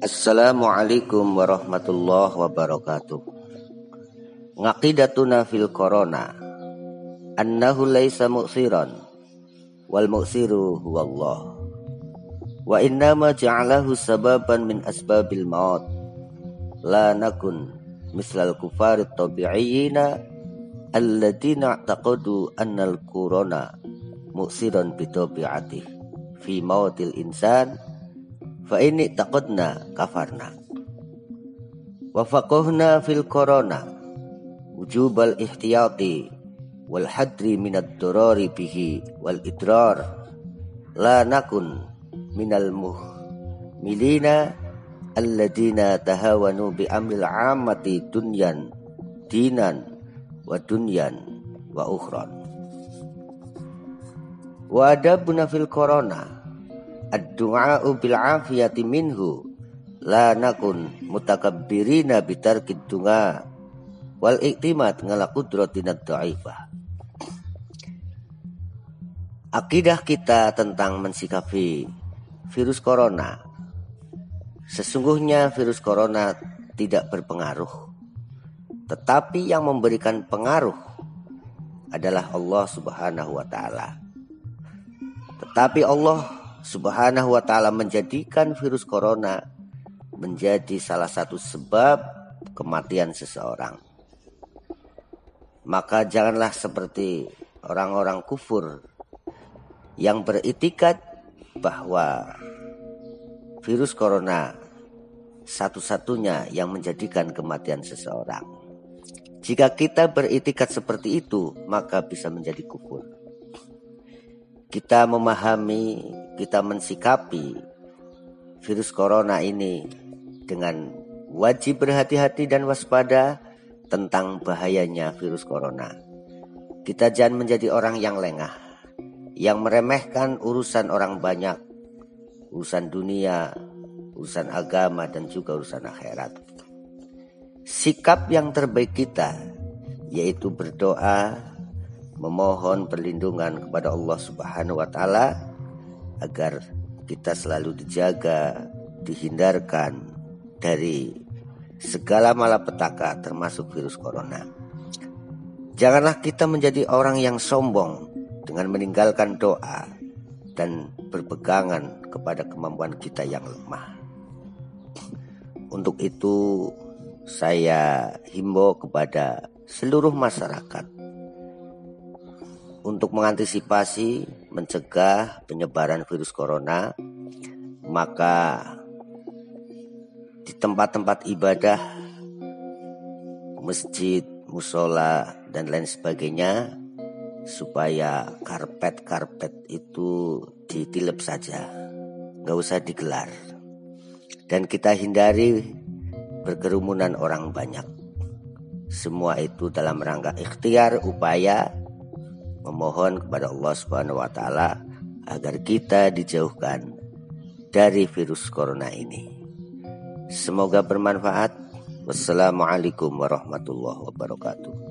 Assalamualaikum warahmatullahi wabarakatuh. Ngaqidatuna fil corona annahu laisa mu'siran wal mu'siru huwallah wa innama ja'alahu sababan min asbabil maut la nakun mislal kufarit tabi'iyina alladina i'taqadu annal corona mu'siran bitabi'atih fi mautil insan fa ini taqadna kafarna wa faqahna fil corona wujubal ihtiyati wal hadri minad durari bihi wal idrar la nakun minal muhmilina alladina tahawanu bi amril amati dunyan dinan wa dunyan wa ukhran wa adabuna fil corona ad-du'a'u bil afiyati minhu la nakun mutakabbirina bitarkid dunga wal iktimat ngala qudratina dha'ifah. Akidah kita tentang mensikapi virus corona, sesungguhnya virus corona tidak berpengaruh, tetapi yang memberikan pengaruh adalah Allah Subhanahu wa ta'ala. Tetapi Allah Subhanahu wa ta'ala menjadikan virus corona menjadi salah satu sebab kematian seseorang. Maka janganlah seperti orang-orang kufur yang beriktikad bahwa virus corona satu-satunya yang menjadikan kematian seseorang. Jika kita beriktikad seperti itu, maka bisa menjadi kufur. Kita memahami, kita mensikapi virus corona ini dengan wajib berhati-hati dan waspada tentang bahayanya virus corona. Kita jangan menjadi orang yang lengah, yang meremehkan urusan orang banyak, urusan dunia, urusan agama dan juga urusan akhirat. Sikap yang terbaik kita yaitu berdoa, memohon perlindungan kepada Allah Subhanahu wa ta'ala agar kita selalu dijaga, dihindarkan dari segala malapetaka termasuk virus corona. Janganlah kita menjadi orang yang sombong dengan meninggalkan doa dan berpegangan kepada kemampuan kita yang lemah. Untuk itu saya himbau kepada seluruh masyarakat untuk mengantisipasi, mencegah penyebaran virus corona, maka di tempat-tempat ibadah, masjid, musola, dan lain sebagainya, supaya karpet-karpet itu ditilep saja, gak usah digelar. Dan kita hindari berkerumunan orang banyak. Semua itu dalam rangka ikhtiar, upaya memohon kepada Allah Subhanahu wa ta'ala agar kita dijauhkan dari virus corona ini. Semoga bermanfaat. Wassalamualaikum warahmatullahi wabarakatuh.